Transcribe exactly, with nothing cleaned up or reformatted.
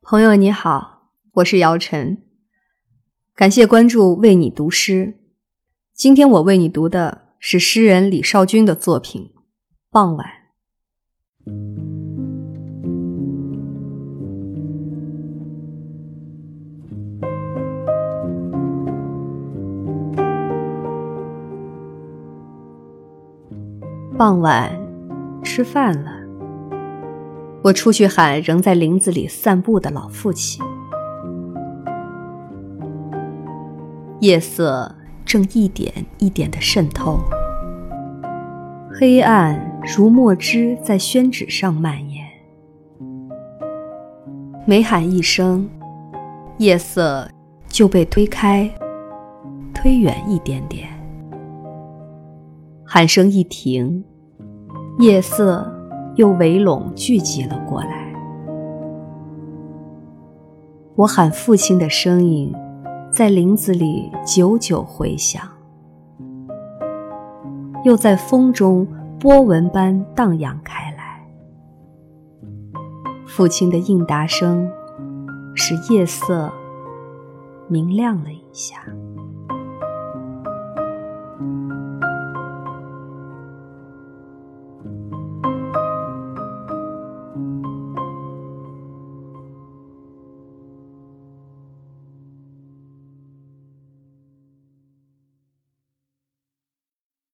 朋友你好，我是姚晨，感谢关注为你读诗。今天我为你读的是诗人李少君的作品《傍晚》。傍晚吃饭了，我出去喊仍在林子里散步的老父亲。夜色正一点一点地渗透，黑暗如墨汁在宣纸上蔓延。每喊一声，夜色就被推开，推远一点点。喊声一停，夜色又围拢聚集了过来。我喊父亲的声音在林子里久久回响，又在风中波纹般荡漾开来。父亲的应答声使夜色明亮了一下。